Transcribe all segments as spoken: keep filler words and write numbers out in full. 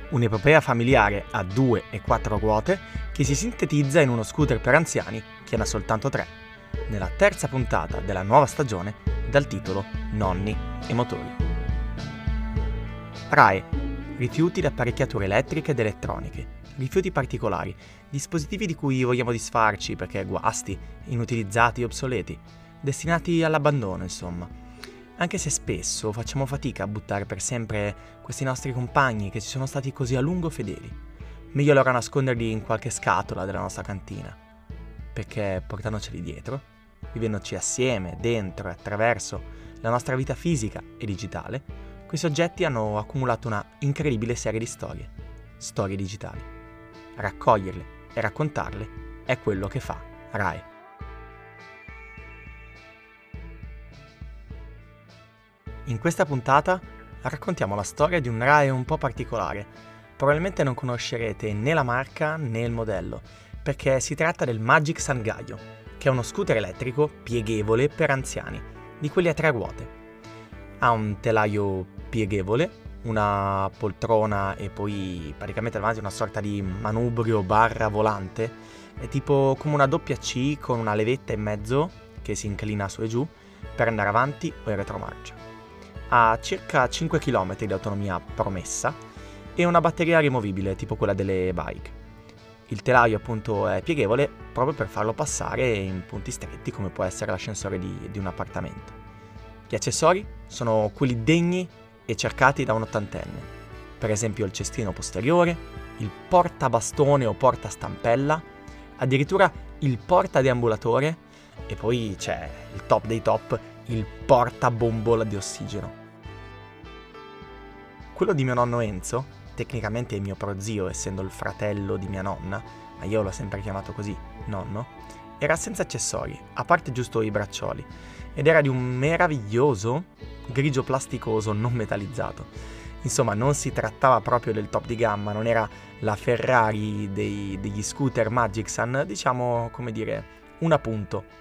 Un'epopea familiare a due e quattro ruote che si sintetizza in uno scooter per anziani che ne ha soltanto tre, nella terza puntata della nuova stagione dal titolo Nonni e motori. R A E, rifiuti di apparecchiature elettriche ed elettroniche, rifiuti particolari, dispositivi di cui vogliamo disfarci perché guasti, inutilizzati e obsoleti, destinati all'abbandono insomma. Anche se spesso facciamo fatica a buttare per sempre questi nostri compagni che ci sono stati così a lungo fedeli. Meglio allora nasconderli in qualche scatola della nostra cantina, perché portandoceli dietro, vivendoci assieme, dentro e attraverso la nostra vita fisica e digitale, questi oggetti hanno accumulato una incredibile serie di storie, storie digitali. Raccoglierle e raccontarle è quello che fa R A E. In questa puntata raccontiamo la storia di un R A E un po' particolare. Probabilmente non conoscerete né la marca né il modello, perché si tratta del Magic San Gaio, che è uno scooter elettrico pieghevole per anziani, di quelli a tre ruote. Ha un telaio pieghevole, una poltrona e poi praticamente davanti una sorta di manubrio barra volante, è tipo come una doppia C con una levetta in mezzo che si inclina su e giù per andare avanti o in retromarcia. Ha circa cinque chilometri di autonomia promessa e una batteria rimovibile tipo quella delle bike. Il telaio appunto è pieghevole proprio per farlo passare in punti stretti come può essere l'ascensore di, di un appartamento. Gli accessori sono quelli degni e cercati da un ottantenne, per esempio il cestino posteriore, il portabastone o portastampella, addirittura il portadeambulatore e poi c'è il top dei top, il portabombola di ossigeno. Quello di mio nonno Enzo, tecnicamente è mio prozio essendo il fratello di mia nonna, ma io l'ho sempre chiamato così, nonno, era senza accessori, a parte giusto i braccioli, ed era di un meraviglioso grigio plasticoso non metallizzato. Insomma, non si trattava proprio del top di gamma, non era la Ferrari dei, degli scooter Magic San, diciamo, come dire, un appunto.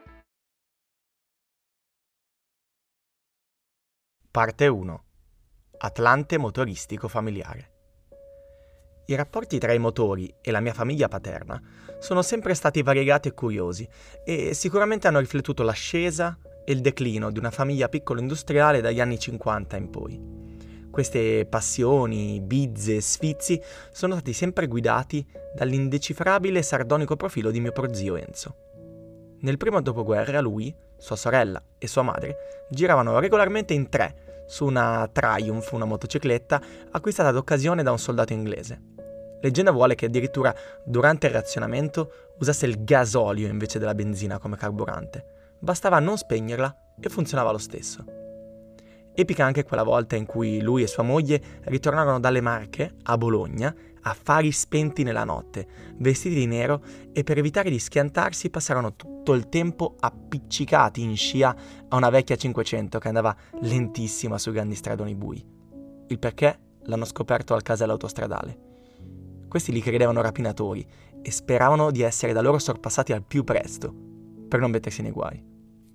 Parte uno. Atlante motoristico familiare. I rapporti tra i motori e la mia famiglia paterna sono sempre stati variegati e curiosi e sicuramente hanno riflettuto l'ascesa e il declino di una famiglia piccolo-industriale dagli anni cinquanta in poi. Queste passioni, bizze e sfizi sono stati sempre guidati dall'indecifrabile e sardonico profilo di mio prozio Enzo. Nel primo dopoguerra lui, sua sorella e sua madre giravano regolarmente in tre su una Triumph, una motocicletta acquistata d'occasione da un soldato inglese. Leggenda vuole che addirittura durante il razionamento usasse il gasolio invece della benzina come carburante. Bastava non spegnerla e funzionava lo stesso. Epica anche quella volta in cui lui e sua moglie ritornarono dalle Marche, a Bologna, a fari spenti nella notte, vestiti di nero e per evitare di schiantarsi passarono tutto il tempo appiccicati in scia a una vecchia cinquecento che andava lentissima sui grandi stradoni bui. Il perché l'hanno scoperto al casello autostradale. Questi li credevano rapinatori e speravano di essere da loro sorpassati al più presto, per non mettersi nei guai.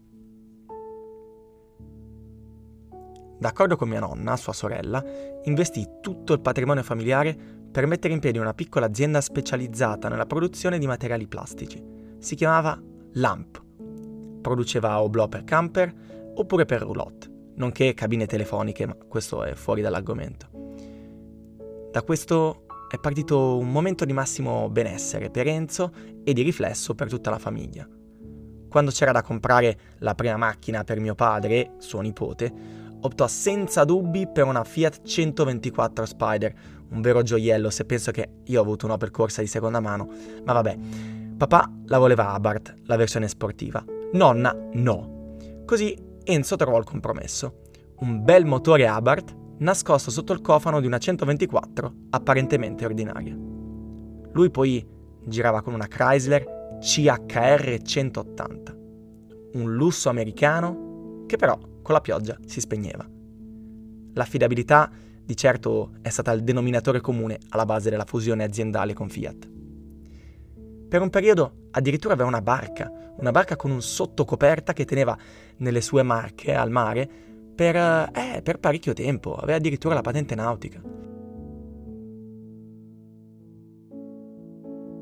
D'accordo con mia nonna, sua sorella, investì tutto il patrimonio familiare per mettere in piedi una piccola azienda specializzata nella produzione di materiali plastici. Si chiamava Lamp. Produceva oblò per camper oppure per roulotte, nonché cabine telefoniche, ma questo è fuori dall'argomento. Da questo è partito un momento di massimo benessere per Enzo e di riflesso per tutta la famiglia. Quando c'era da comprare la prima macchina per mio padre, suo nipote, optò senza dubbi per una Fiat centoventiquattro Spider, un vero gioiello se penso che io ho avuto una percorsa di seconda mano, ma vabbè. Papà la voleva Abarth, la versione sportiva, nonna no. Così Enzo trovò il compromesso, un bel motore Abarth nascosto sotto il cofano di una centoventiquattro apparentemente ordinaria. Lui poi girava con una Chrysler C H R centottanta, un lusso americano che però con la pioggia si spegneva. L'affidabilità di certo è stata il denominatore comune alla base della fusione aziendale con Fiat. Per un periodo addirittura aveva una barca, una barca con un sottocoperta che teneva nelle sue Marche al mare per, eh, per parecchio tempo, aveva addirittura la patente nautica.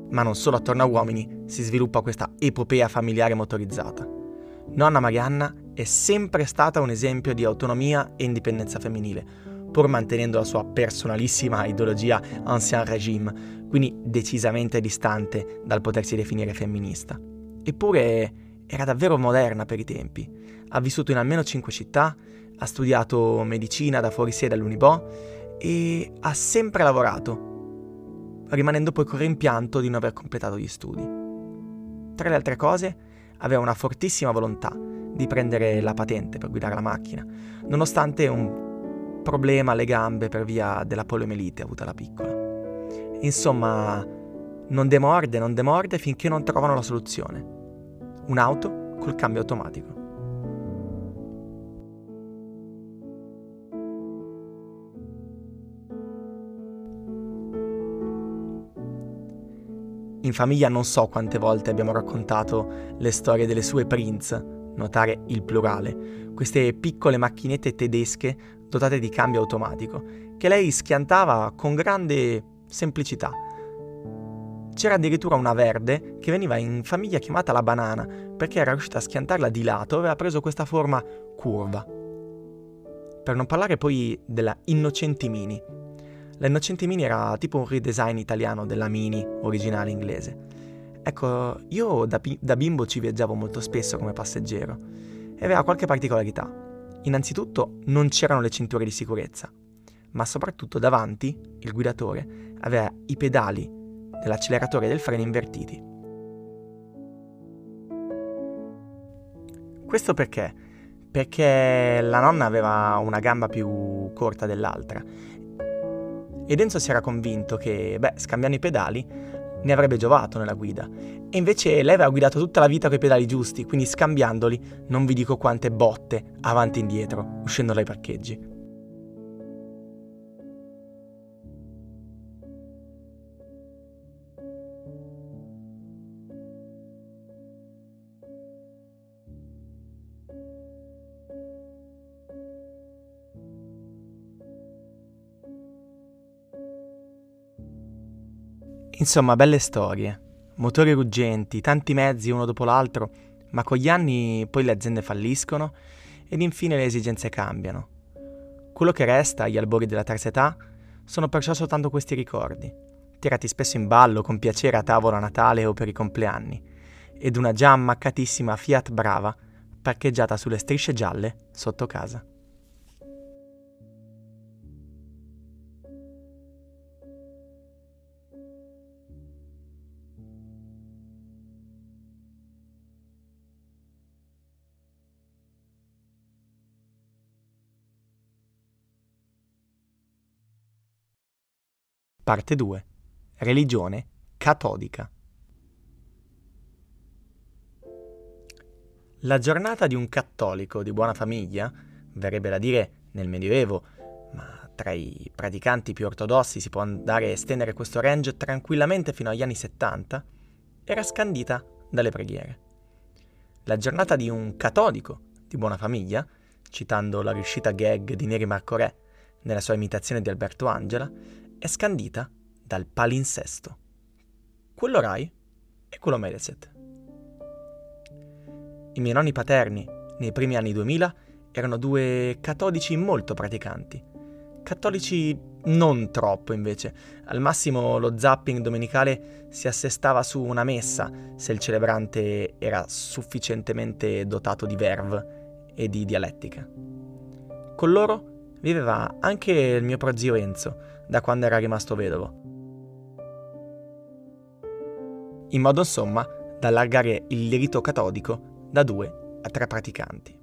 Ma non solo attorno a uomini si sviluppa questa epopea familiare motorizzata. Nonna Marianna è sempre stata un esempio di autonomia e indipendenza femminile, pur mantenendo la sua personalissima ideologia ancien régime, quindi decisamente distante dal potersi definire femminista. Eppure era davvero moderna per i tempi. Ha vissuto in almeno cinque città, ha studiato medicina da fuori sede all'Unibo e ha sempre lavorato, rimanendo poi con rimpianto di non aver completato gli studi. Tra le altre cose, aveva una fortissima volontà di prendere la patente per guidare la macchina, nonostante un problema alle gambe per via della poliomielite avuta da piccola. Insomma, non demorde, non demorde finché non trovano la soluzione. Un'auto col cambio automatico. In famiglia non so quante volte abbiamo raccontato le storie delle sue Prinz, notare il plurale, queste piccole macchinette tedesche dotate di cambio automatico, che lei schiantava con grande semplicità. C'era addirittura una verde che veniva in famiglia chiamata la banana, perché era riuscita a schiantarla di lato e aveva preso questa forma curva. Per non parlare poi della Innocenti Mini. La Innocenti Mini era tipo un redesign italiano della Mini originale inglese. Ecco, io da, da bimbo ci viaggiavo molto spesso come passeggero e aveva qualche particolarità. Innanzitutto non c'erano le cinture di sicurezza, ma soprattutto davanti il guidatore aveva i pedali dell'acceleratore e del freno invertiti. Questo perché? Perché la nonna aveva una gamba più corta dell'altra ed Enzo si era convinto che, beh, scambiando i pedali ne avrebbe giovato nella guida. E invece lei aveva guidato tutta la vita coi pedali giusti, quindi scambiandoli non vi dico quante botte avanti e indietro, uscendo dai parcheggi. Insomma, belle storie, motori ruggenti, tanti mezzi uno dopo l'altro, ma con gli anni poi le aziende falliscono ed infine le esigenze cambiano. Quello che resta agli albori della terza età sono perciò soltanto questi ricordi, tirati spesso in ballo con piacere a tavola a Natale o per i compleanni, ed una già ammaccatissima Fiat Brava parcheggiata sulle strisce gialle sotto casa. Parte due. Religione catodica. La giornata di un cattolico di buona famiglia, verrebbe da dire nel Medioevo, ma tra i praticanti più ortodossi si può andare a estendere questo range tranquillamente fino agli anni settanta, era scandita dalle preghiere. La giornata di un catodico di buona famiglia, citando la riuscita gag di Neri Marco Re nella sua imitazione di Alberto Angela, è scandita dal palinsesto. Quello Rai e quello Mediaset. I miei nonni paterni, nei primi anni duemila, erano due cattolici molto praticanti. Cattolici non troppo, invece. Al massimo lo zapping domenicale si assestava su una messa, se il celebrante era sufficientemente dotato di verve e di dialettica. Con loro viveva anche il mio prozio Enzo, da quando era rimasto vedovo. In modo insomma da allargare il rito catodico da due a tre praticanti.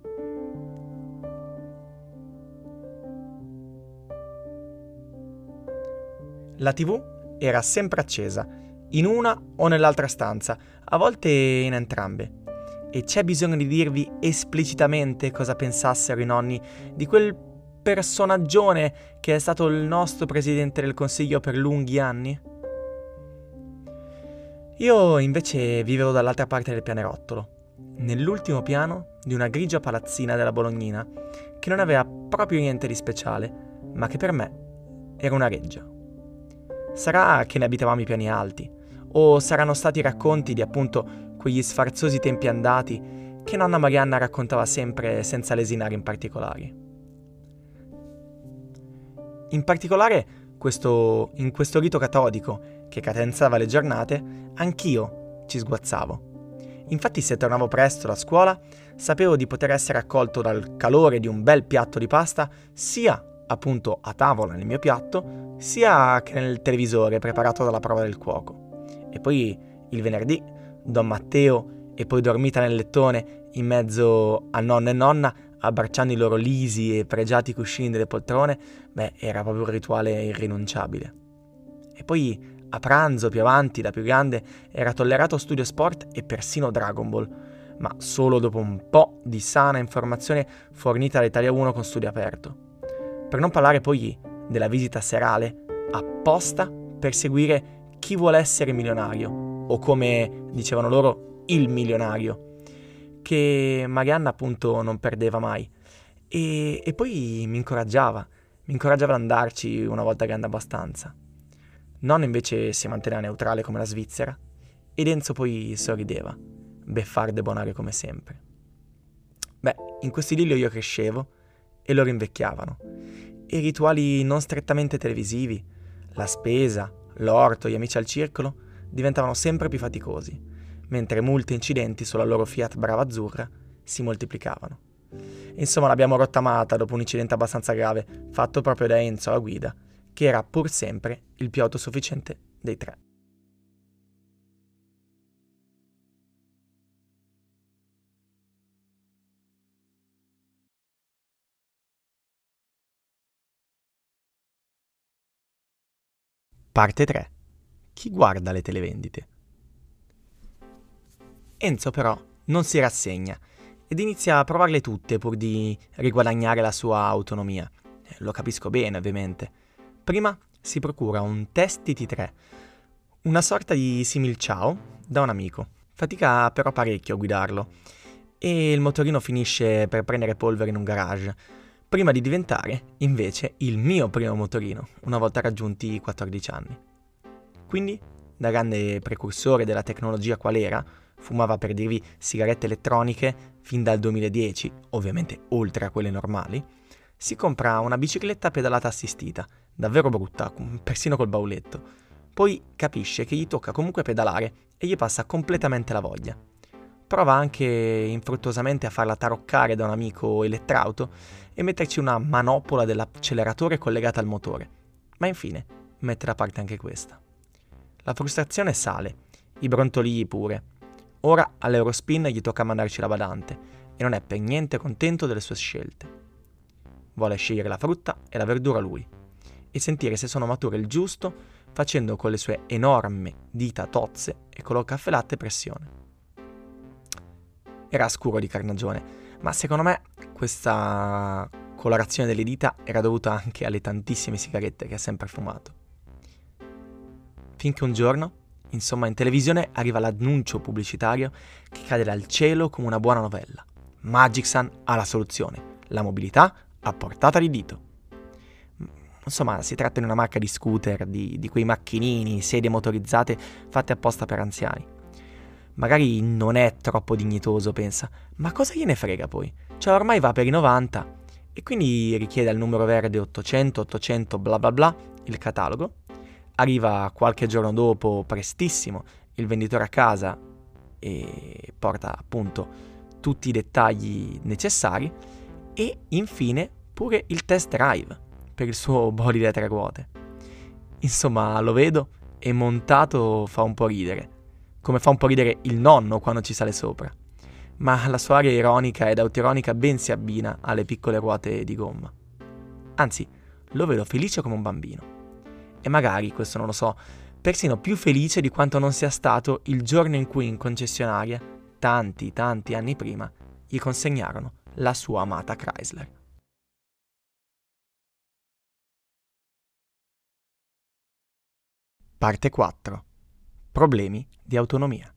La tivù era sempre accesa, in una o nell'altra stanza, a volte in entrambe. E c'è bisogno di dirvi esplicitamente cosa pensassero i nonni di quel personaggione che è stato il nostro presidente del Consiglio per lunghi anni? Io invece vivevo dall'altra parte del pianerottolo, nell'ultimo piano di una grigia palazzina della Bolognina che non aveva proprio niente di speciale, ma che per me era una reggia. Sarà che ne abitavamo i piani alti, o saranno stati racconti di appunto quegli sfarzosi tempi andati che nonna Marianna raccontava sempre senza lesinare in particolari. In particolare, questo, in questo rito catodico che cadenzava le giornate, anch'io ci sguazzavo. Infatti, se tornavo presto da scuola, sapevo di poter essere accolto dal calore di un bel piatto di pasta, sia appunto a tavola nel mio piatto, sia che nel televisore preparato dalla prova del cuoco. E poi il venerdì, Don Matteo e poi dormita nel lettone in mezzo a nonno e nonna, abbracciando i loro lisi e pregiati cuscini delle poltrone, beh, era proprio un rituale irrinunciabile. E poi a pranzo, più avanti, da più grande, era tollerato Studio Sport e persino Dragon Ball, ma solo dopo un po' di sana informazione fornita da Italia uno con Studio Aperto. Per non parlare poi della visita serale, apposta per seguire Chi vuole essere milionario, o come dicevano loro, il milionario, che Marianna appunto non perdeva mai. E, e poi mi incoraggiava, mi incoraggiava ad andarci una volta grande abbastanza. Nonno invece si manteneva neutrale come la Svizzera, ed Enzo poi sorrideva, beffardo e bonario come sempre. Beh, in questo idillio io crescevo e loro invecchiavano, e i rituali non strettamente televisivi, la spesa, l'orto, gli amici al circolo, diventavano sempre più faticosi, mentre multe e incidenti sulla loro Fiat Brava Azzurra si moltiplicavano. Insomma, l'abbiamo rottamata dopo un incidente abbastanza grave, fatto proprio da Enzo alla guida, che era pur sempre il più autosufficiente dei tre. Parte tre. Chi guarda le televendite? Enzo però non si rassegna ed inizia a provarle tutte pur di riguadagnare la sua autonomia. Eh, Lo capisco bene, ovviamente. Prima si procura un test T T tre, una sorta di simil ciao da un amico. Fatica però parecchio a guidarlo e il motorino finisce per prendere polvere in un garage, prima di diventare invece il mio primo motorino, una volta raggiunti i quattordici anni. Quindi, da grande precursore della tecnologia qual era, fumava per dirvi sigarette elettroniche fin dal duemiladieci, ovviamente oltre a quelle normali, si compra una bicicletta pedalata assistita, davvero brutta, persino col bauletto. Poi capisce che gli tocca comunque pedalare e gli passa completamente la voglia. Prova anche infruttuosamente a farla taroccare da un amico elettrauto e metterci una manopola dell'acceleratore collegata al motore, ma infine mette da parte anche questa. La frustrazione sale, i brontolii pure. Ora all'Eurospin gli tocca mandarci la badante e non è per niente contento delle sue scelte. Vuole scegliere la frutta e la verdura lui e sentire se sono mature il giusto, facendo con le sue enormi dita tozze e con il caffè latte pressione. Era scuro di carnagione, ma secondo me questa colorazione delle dita era dovuta anche alle tantissime sigarette che ha sempre fumato. Finché un giorno, insomma, in televisione arriva l'annuncio pubblicitario che cade dal cielo come una buona novella. Magicsan ha la soluzione, la mobilità a portata di dito. Insomma, si tratta di una marca di scooter, di, di quei macchinini, sedie motorizzate fatte apposta per anziani. Magari non è troppo dignitoso, pensa, ma cosa gliene frega poi? Cioè ormai va per i novanta e quindi richiede al numero verde ottocento ottocento bla bla bla il catalogo. Arriva qualche giorno dopo, prestissimo, il venditore a casa e porta appunto tutti i dettagli necessari e infine pure il test drive per il suo bolide a tre ruote. Insomma, lo vedo e montato fa un po' ridere, come fa un po' ridere il nonno quando ci sale sopra, ma la sua aria ironica ed autoironica ben si abbina alle piccole ruote di gomma. Anzi, lo vedo felice come un bambino. E magari, questo non lo so, persino più felice di quanto non sia stato il giorno in cui in concessionaria, tanti, tanti anni prima, gli consegnarono la sua amata Chrysler. Parte quattro. Problemi di autonomia.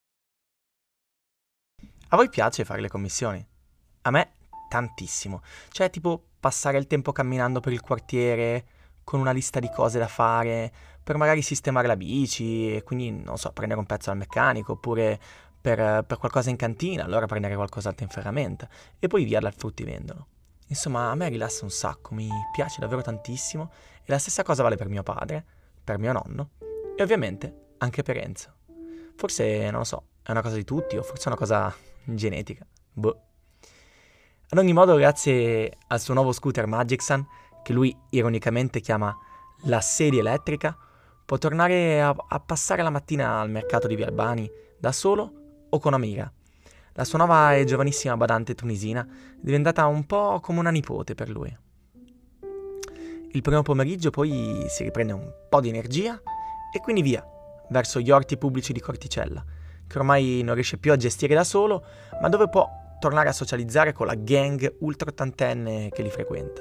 A voi piace fare le commissioni? A me tantissimo. Cioè tipo passare il tempo camminando per il quartiere, con una lista di cose da fare per magari sistemare la bici e quindi, non so, prendere un pezzo dal meccanico oppure per, per qualcosa in cantina, allora prendere qualcos'altro in ferramenta e poi via dal fruttivendolo. Insomma, a me rilassa un sacco, mi piace davvero tantissimo e la stessa cosa vale per mio padre, per mio nonno e ovviamente anche per Enzo. Forse, non lo so, è una cosa di tutti o forse è una cosa genetica. Boh. Ad ogni modo, grazie al suo nuovo scooter Magicsan, che lui ironicamente chiama la sedia elettrica, può tornare a, a passare la mattina al mercato di Via Albani da solo o con Amira. La sua nuova e giovanissima badante tunisina è diventata un po' come una nipote per lui. Il primo pomeriggio poi si riprende un po' di energia e quindi via, verso gli orti pubblici di Corticella, che ormai non riesce più a gestire da solo, ma dove può tornare a socializzare con la gang ultra ottantenne che li frequenta.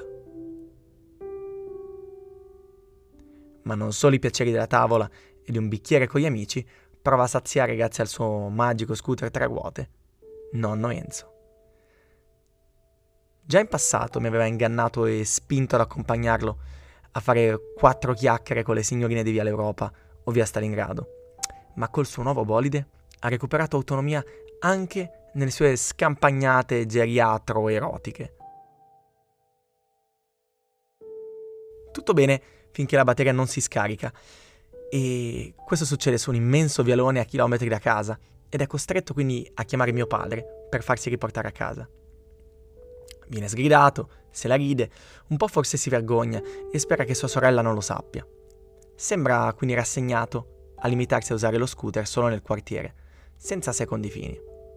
Ma non solo i piaceri della tavola e di un bicchiere con gli amici prova a saziare grazie al suo magico scooter tre ruote, nonno Enzo. Già in passato mi aveva ingannato e spinto ad accompagnarlo a fare quattro chiacchiere con le signorine di Via l'Europa o Via Stalingrado, ma col suo nuovo bolide ha recuperato autonomia anche nelle sue scampagnate geriatro-erotiche. Tutto bene finché la batteria non si scarica e questo succede su un immenso vialone a chilometri da casa ed è costretto quindi a chiamare mio padre per farsi riportare a casa. Viene sgridato, se la ride, un po' forse si vergogna e spera che sua sorella non lo sappia. Sembra quindi rassegnato a limitarsi a usare lo scooter solo nel quartiere, senza secondi fini.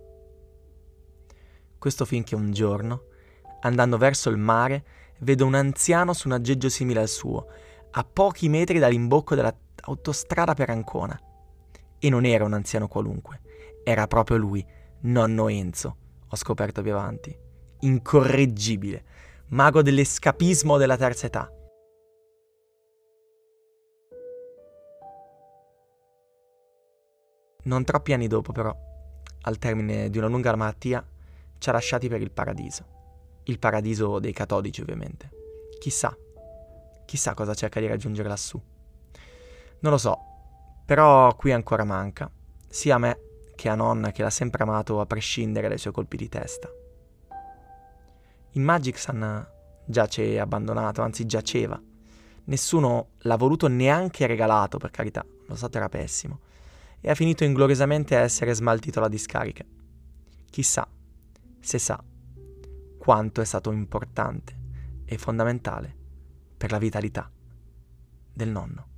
Questo finché un giorno, andando verso il mare, vedo un anziano su un aggeggio simile al suo, a pochi metri dall'imbocco dell'autostrada per Ancona. E non era un anziano qualunque, era proprio lui, nonno Enzo, ho scoperto più avanti. Incorreggibile, mago dell'escapismo della terza età. Non troppi anni dopo, però, al termine di una lunga malattia, ci ha lasciati per il paradiso. Il paradiso dei catodici, ovviamente. Chissà, chissà cosa cerca di raggiungere lassù. Non lo so, però qui ancora manca, sia a me che a nonna che l'ha sempre amato a prescindere dai suoi colpi di testa. Il Magicsan giace abbandonato, anzi giaceva. Nessuno l'ha voluto neanche regalato, per carità, lo stato era pessimo. E ha finito ingloriosamente a essere smaltito alla discarica. Chissà, se sa, quanto è stato importante e fondamentale per la vitalità del nonno.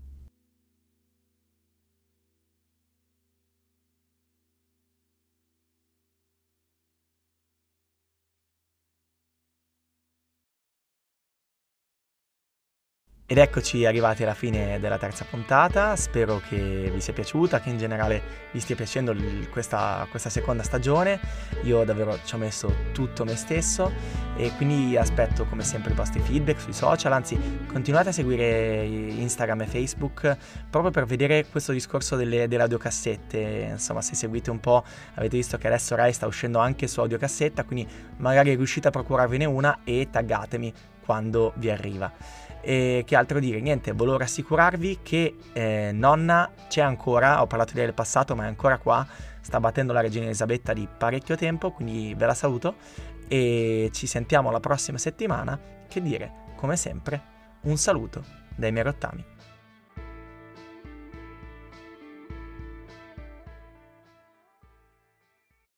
Ed eccoci arrivati alla fine della terza puntata, spero che vi sia piaciuta, che in generale vi stia piacendo il, questa, questa seconda stagione. Io davvero ci ho messo tutto me stesso e quindi aspetto come sempre i vostri feedback sui social, anzi continuate a seguire Instagram e Facebook proprio per vedere questo discorso delle, delle audiocassette. Insomma, se seguite un po' avete visto che adesso Rai sta uscendo anche su audiocassetta, quindi magari riuscite a procurarvene una e taggatemi quando vi arriva. E che altro dire? Niente, volevo rassicurarvi che eh, nonna c'è ancora, ho parlato di lei del passato ma è ancora qua, sta battendo la regina Elisabetta di parecchio tempo, quindi ve la saluto e ci sentiamo la prossima settimana. Che dire, come sempre, un saluto dai miei rottami.